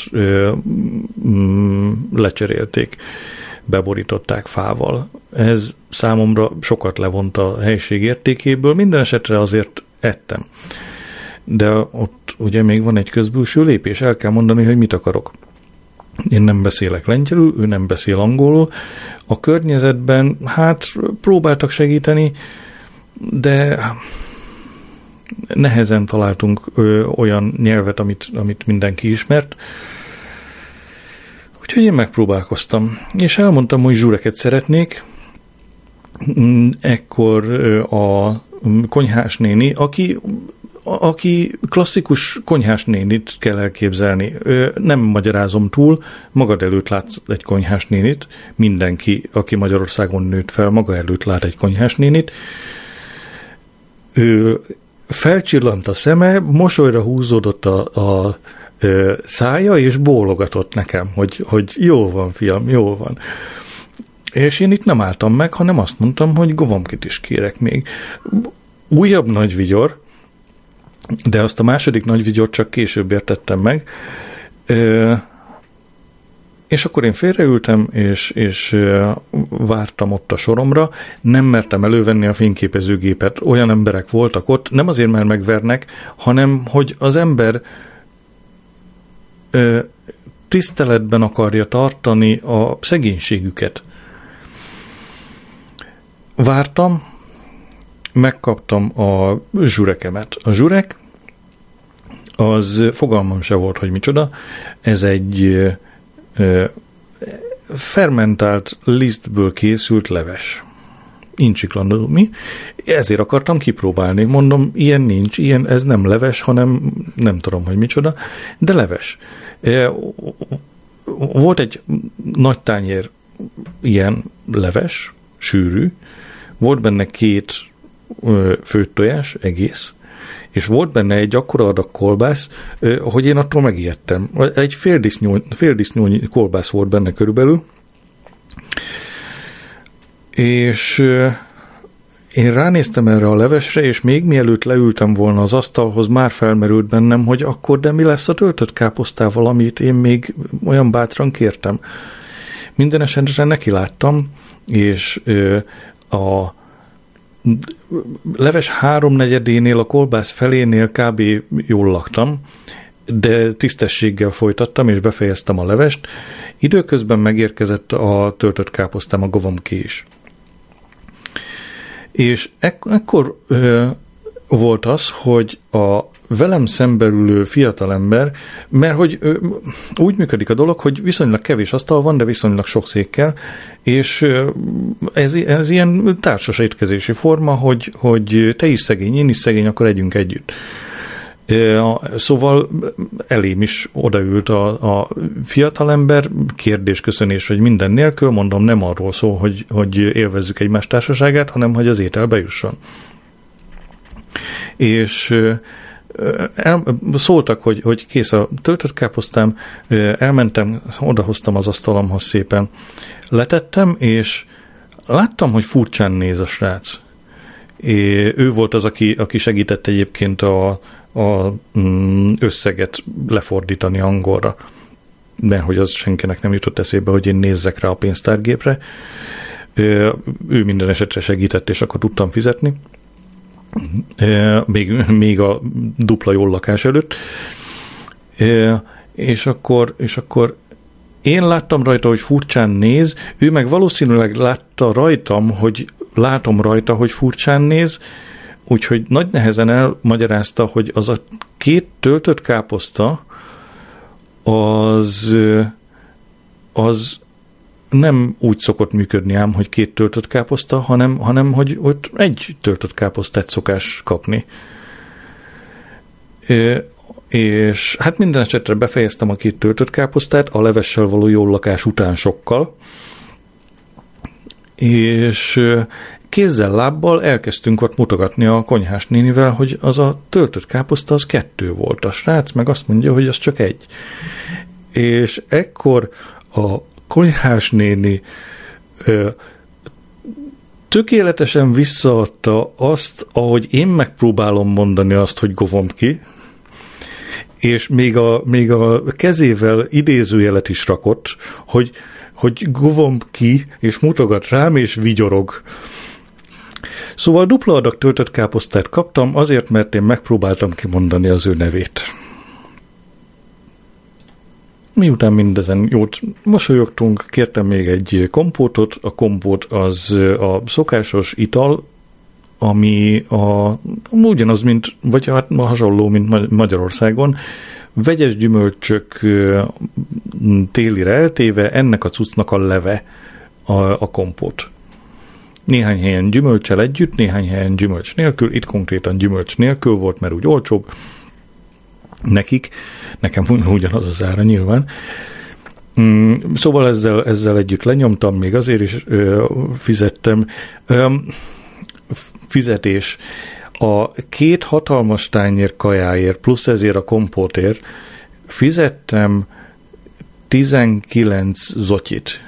lecserélték, beborították fával. Ez számomra sokat levont a helység értékéből, minden esetre azért ettem. De ott ugye még van egy közbülső lépés, el kell mondani, hogy mit akarok. Én nem beszélek lengyelül, ő nem beszél angolul. A környezetben próbáltak segíteni, de nehezen találtunk olyan nyelvet, amit mindenki ismert. Úgyhogy én megpróbálkoztam. És elmondtam, hogy zsureket szeretnék. Ekkor a konyhás néni, aki klasszikus konyhás nénit kell elképzelni. Nem magyarázom túl, magad előtt látsz egy konyhás nénit, mindenki, aki Magyarországon nőtt fel, maga előtt lát egy konyhás nénit. Felcsillant a szeme, mosolyra húzódott a szája, és bólogatott nekem, hogy jó van, fiam, jó van. És én itt nem álltam meg, hanem azt mondtam, hogy govomkit is kérek még. Újabb nagy vigyor, de azt a második nagy vigyort csak később értettem meg. És akkor én félreültem, és vártam ott a soromra. Nem mertem elővenni a fényképezőgépet. Olyan emberek voltak ott, nem azért, mert megvernek, hanem, hogy az ember tiszteletben akarja tartani a szegénységüket. Vártam, megkaptam a zsurekemet. A zsurek, az fogalmam se volt, hogy micsoda. Ez egy fermentált lisztből készült leves. Incsiklandó mi. Ezért akartam kipróbálni. Mondom, ilyen nincs, ez nem leves, hanem nem tudom, hogy micsoda, de leves. Volt egy nagy tányér ilyen leves, sűrű, volt benne 2 főtt tojás, egész, és volt benne egy akkora adag kolbász, hogy én attól megijedtem. Egy féldisznónyi kolbász volt benne körülbelül, és én ránéztem erre a levesre, és még mielőtt leültem volna az asztalhoz, már felmerült bennem, hogy akkor de mi lesz a töltött káposztával, amit én még olyan bátran kértem. Minden esetre neki láttam, és a leves 3/4-énél, a kolbász felénél kb. Jól laktam, de tisztességgel folytattam, és befejeztem a levest. Időközben megérkezett a töltött káposztám, a govomki is. És ekkor volt az, hogy a velem szemben ülő fiatalember, mert hogy úgy működik a dolog, hogy viszonylag kevés asztal van, de viszonylag sok székkel, és ez ilyen társas étkezési forma, hogy te is szegény, én is szegény, akkor együnk együtt. Szóval elém is odaült a fiatalember, kérdés-köszönés, hogy minden nélkül, mondom, nem arról szól, hogy élvezzük egymás társaságát, hanem hogy az étel bejusson. És szóltak, hogy kész a töltött káposztám, elmentem, odahoztam az asztalomhoz szépen, letettem, és láttam, hogy furcsán néz a srác. Ő volt az, aki segített egyébként a összeget lefordítani angolra, mert hogy az senkinek nem jutott eszébe, hogy én nézzek rá a pénztárgépre. Ő minden esetre segített, és akkor tudtam fizetni. Még a dupla jól lakás előtt. És akkor én láttam rajta, hogy furcsán néz, ő meg valószínűleg látta rajtam, hogy látom rajta, hogy furcsán néz, úgyhogy nagy nehezen elmagyarázta, hogy az a 2 töltött káposzta az nem úgy szokott működni ám, hogy 2 töltött káposzta, hanem hogy ott 1 töltött káposztát szokás kapni. És hát minden esetre befejeztem a 2 töltött káposztát, a levessel való jól lakás után sokkal, és kézzel-lábbal elkezdtünk ott mutogatni a konyhás nénivel, hogy az a töltött káposzta az 2 volt. A srác meg azt mondja, hogy az csak 1. És ekkor a konyhás néni tökéletesen visszaadta azt, ahogy én megpróbálom mondani azt, hogy govom ki, és még a kezével idézőjelet is rakott, hogy govom ki, és mutogat rám, és vigyorog. Szóval dupla adag töltött káposztát kaptam, azért, mert én megpróbáltam kimondani az ő nevét. Miután mindezen jót mosolyogtunk, kértem még egy kompótot. A kompót az a szokásos ital, ami ugyanaz, vagy hát hasonló, mint Magyarországon. Vegyes gyümölcsök télire eltéve, ennek a cuccnak a leve a kompót. Néhány helyen gyümölccsel együtt, néhány helyen gyümölcs nélkül, itt konkrétan gyümölcs nélkül volt, mert úgy olcsóbb nekik, nekem ugyanaz az ára nyilván. Szóval ezzel együtt lenyomtam, még azért is fizettem. Fizetés. A 2 hatalmas tányér kajáért, plusz ezért a kompótért fizettem 19 zotyit.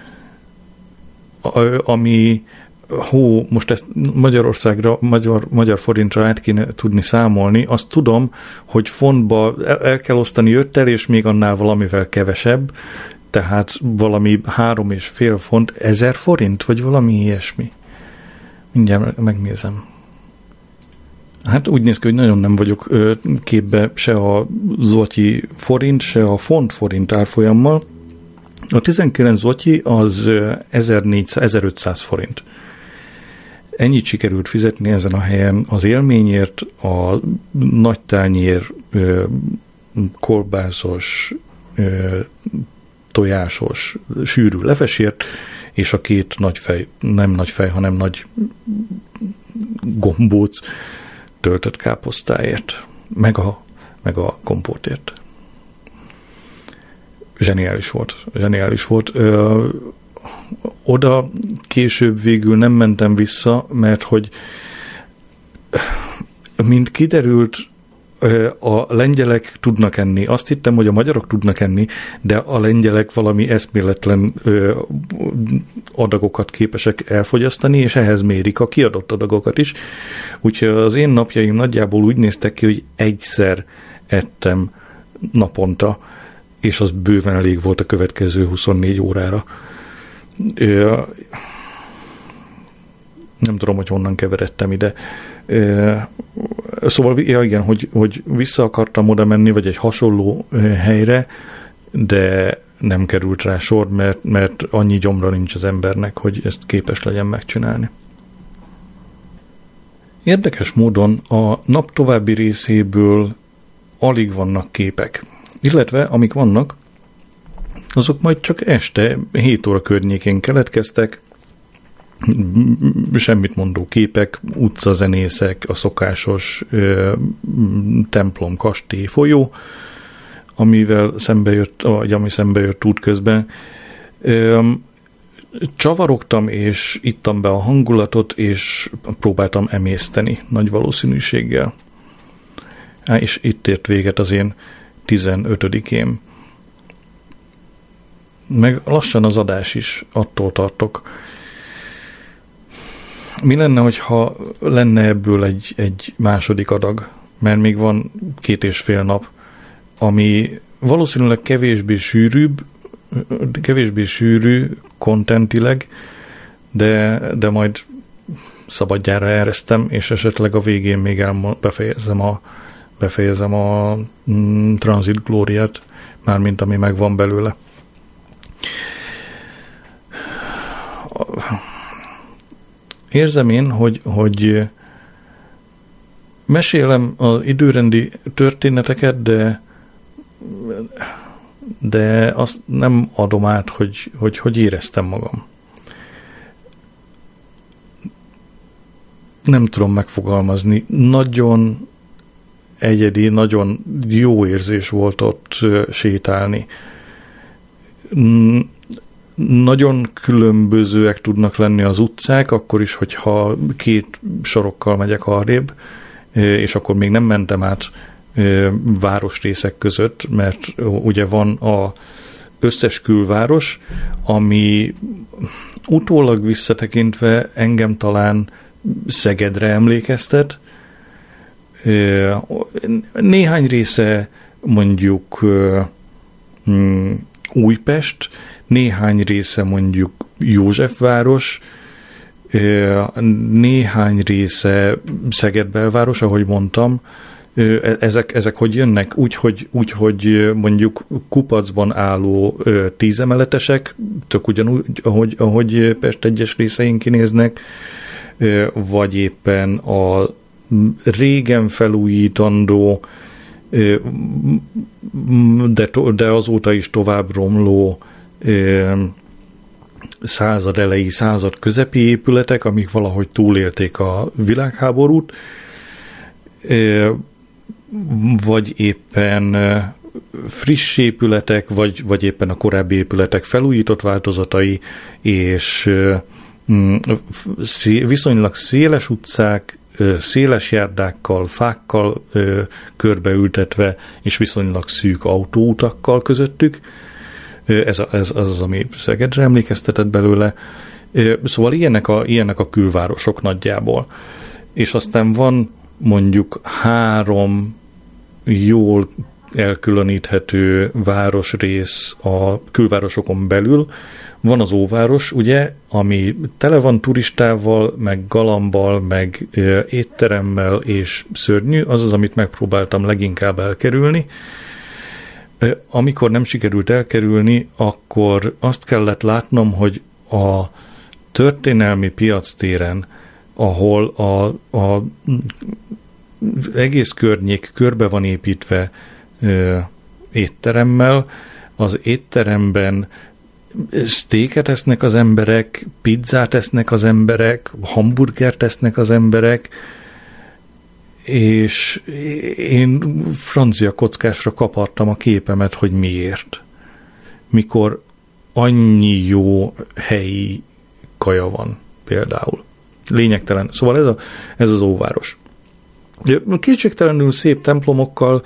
Ami most ezt Magyarországra, magyar forintra át kéne tudni számolni. Azt tudom, hogy fontba el kell osztani 5-tel, és még annál valamivel kevesebb, tehát valami 3,5 font, 1000 forint, vagy valami ilyesmi. Mindjárt megnézem. Hát úgy néz ki, hogy nagyon nem vagyok képbe se a zlotyi forint, se a font forint árfolyammal. A 19 zlotyi az 1400-1500 forint. Ennyit sikerült fizetni ezen a helyen az élményért, a nagy tányér, kolbászos, tojásos, sűrű levesért, és a 2 nagy fej, nem nagy fej, hanem nagy gombóc töltött káposztáért, meg a kompótért. Zseniális volt. Oda később végül nem mentem vissza, mert hogy mint kiderült, a lengyelek tudnak enni. Azt hittem, hogy a magyarok tudnak enni, de a lengyelek valami eszméletlen adagokat képesek elfogyasztani, és ehhez mérik a kiadott adagokat is. Úgyhogy az én napjaim nagyjából úgy néztek ki, hogy egyszer ettem naponta, és az bőven elég volt a következő 24 órára. Nem tudom, hogy honnan keveredtem ide. Szóval igen, hogy vissza akartam oda menni, vagy egy hasonló helyre, de nem került rá sor, mert annyi gyomra nincs az embernek, hogy ezt képes legyen megcsinálni. Érdekes módon a nap további részéből alig vannak képek, illetve amik vannak, azok majd csak este 7 óra környékén keletkeztek, semmit mondó képek, utcazenészek, a szokásos templom, kastély, folyó, amivel szembe jött, vagy ami szembe jött útközben. Csavarogtam, és ittam be a hangulatot, és próbáltam emészteni nagy valószínűséggel. És itt ért véget az én 15-én. Meg lassan az adás is, attól tartok. Mi lenne, hogyha lenne ebből egy második adag? Mert még van 2,5 nap, ami valószínűleg kevésbé sűrű kontentileg, de majd szabadjára eresztem, és esetleg a végén még befejezem a Transit Glóriát, mármint ami megvan belőle. érzem én, hogy mesélem az időrendi történeteket, de azt nem adom át, hogy éreztem magam. Nem tudom megfogalmazni. Nagyon egyedi, nagyon jó érzés volt ott sétálni. Nagyon különbözőek tudnak lenni az utcák, akkor is, hogyha 2 sorokkal megyek arrébb, és akkor még nem mentem át városrészek között, mert ugye van az összes külváros, ami utólag visszatekintve engem talán Szegedre emlékeztet. Néhány része mondjuk Újpest, néhány része mondjuk Józsefváros, néhány része Szeged belváros, ahogy mondtam. Ezek hogy jönnek? Úgy, hogy mondjuk Kupacban álló 10 emeletesek, tök ugyanúgy, ahogy Pest egyes részein kinéznek, vagy éppen a régen felújítandó, de azóta is tovább romló század elejé, század közepi épületek, amik valahogy túlélték a világháborút, vagy éppen friss épületek, vagy éppen a korábbi épületek felújított változatai, és viszonylag széles utcák, széles járdákkal, fákkal körbeültetve, és viszonylag szűk autóutakkal közöttük. Ez az, ami Szegedre emlékeztetett belőle. Szóval ilyenek a külvárosok nagyjából. És aztán van mondjuk 3 jól elkülöníthető városrész a külvárosokon belül. Van az óváros, ugye, ami tele van turistával, meg galambal, meg étteremmel és szörnyű, az az, amit megpróbáltam leginkább elkerülni. Amikor nem sikerült elkerülni, akkor azt kellett látnom, hogy a történelmi piactéren, ahol a egész környék körbe van építve étteremmel, az étteremben sztéket esznek az emberek, pizzát esznek az emberek, hamburgert esznek az emberek, és én francia kockásra kapartam a képemet, hogy miért. Mikor annyi jó helyi kaja van például. Lényegtelen. Szóval ez az óváros. Kétségtelenül szép templomokkal,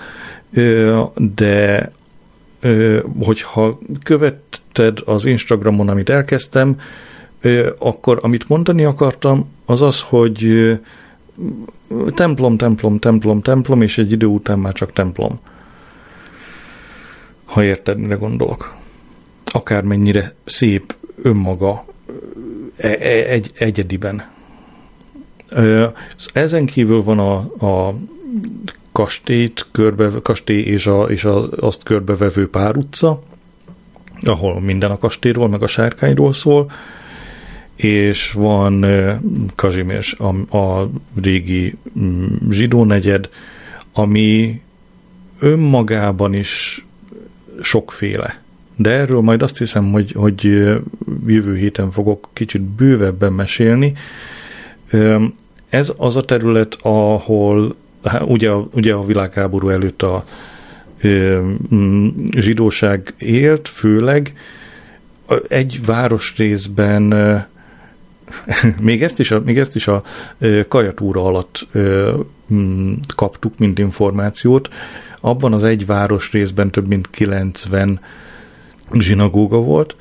de hogyha követted az Instagramon, amit elkezdtem, akkor amit mondani akartam, az az, hogy templom, és egy idő után már csak templom. Ha érted, mire gondolok. Akármennyire szép önmaga egyediben. Ezen kívül van a kastély és azt körbevevő párutca, ahol minden a kastélyról, meg a sárkányról szól, és van Kazimierz, a régi zsidó negyed, ami önmagában is sokféle. De erről majd azt hiszem, hogy jövő héten fogok kicsit bővebben mesélni. Ez az a terület, ahol ugye a világháború előtt a zsidóság élt, főleg egy városrészben még ezt is a kajatúra alatt kaptuk, mint információt. Abban az egy városrészben több mint 90 zsinagóga volt,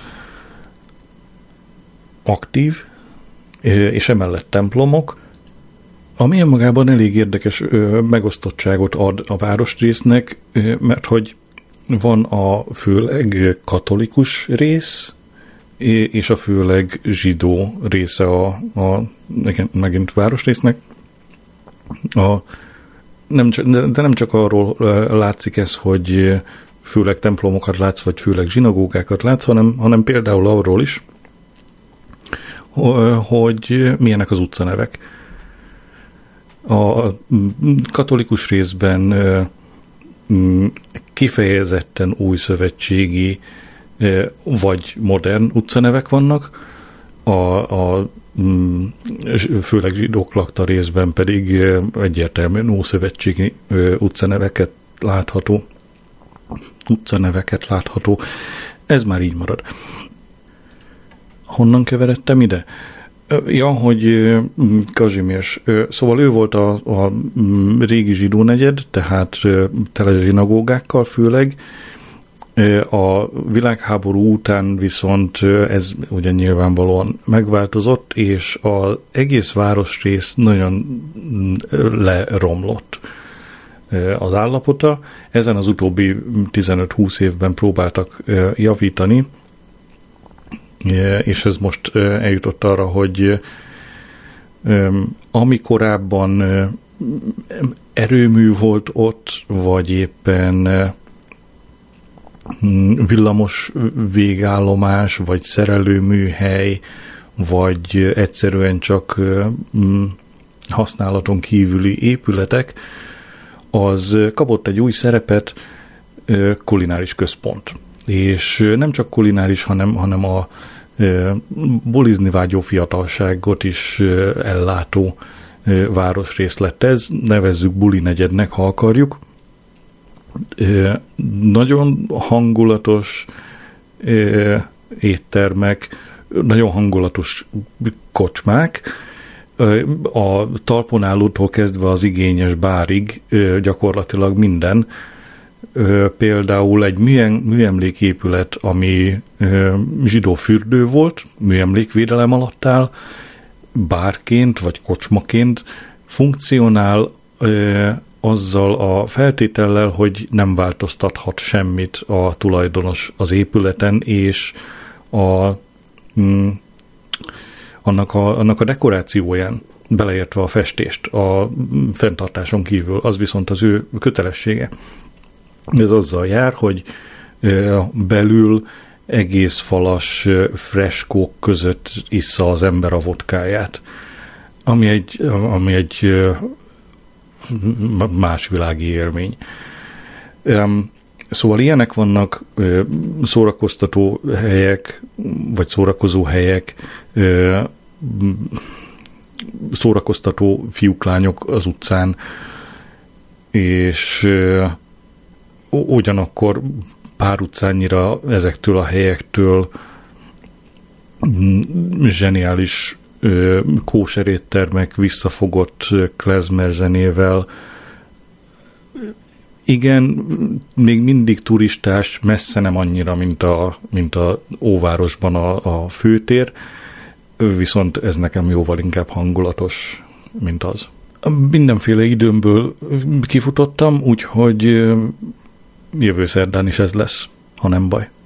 aktív, és emellett templomok, ami önmagában elég érdekes megosztottságot ad a városrésznek, mert hogy van a főleg katolikus rész, és a főleg zsidó része a megint városrésznek. De nem csak arról látszik ez, hogy főleg templomokat látsz, vagy főleg zsinagógákat látsz, hanem például arról is, hogy milyenek az utcanevek. A katolikus részben kifejezetten új szövetségi vagy modern utcanevek vannak, főleg zsidók lakta részben pedig egyértelműen ószövetségi utcaneveket látható. Ez már így marad. Honnan keveredtem ide? Ja, hogy Kazsimierz. Szóval ő volt a régi zsidó negyed, tehát tele zsinagógákkal főleg. A világháború után viszont ez ugye nyilvánvalóan megváltozott, és az egész városrész nagyon leromlott az állapota. Ezen az utóbbi 15-20 évben próbáltak javítani, és ez most eljutott arra, hogy ami korábban erőmű volt ott, vagy éppen villamos végállomás, vagy szerelőműhely, vagy egyszerűen csak használaton kívüli épületek, az kapott egy új szerepet, kulináris központ. És nem csak kulináris, hanem a bulizni vágyó fiatalságot is ellátó városrész lett ez, nevezzük buli negyednek, ha akarjuk. Nagyon hangulatos éttermek, nagyon hangulatos kocsmák, a talpon állótól kezdve az igényes bárig gyakorlatilag minden. Például egy műemléképület, ami zsidó fürdő volt, műemlékvédelem alatt áll, bárként vagy kocsmaként funkcionál, azzal a feltétellel, hogy nem változtathat semmit a tulajdonos az épületen, és annak a dekorációján, beleértve a festést, a fenntartáson kívül, az viszont az ő kötelessége. Ez azzal jár, hogy belül egész falas freskók között issza az ember a vodkáját, ami egy más világi élmény. Szóval ilyenek vannak, szórakoztató helyek, vagy szórakozó helyek, szórakoztató fiúk, lányok az utcán, és ugyanakkor pár utcánnyira ezektől a helyektől zseniális kóseréttermek visszafogott klezmer zenével. Igen, még mindig turistás, messze nem annyira, mint a óvárosban a főtér, viszont ez nekem jóval inkább hangulatos, mint az. Mindenféle időmből kifutottam, úgyhogy jövő szerdán is ez lesz, ha nem baj.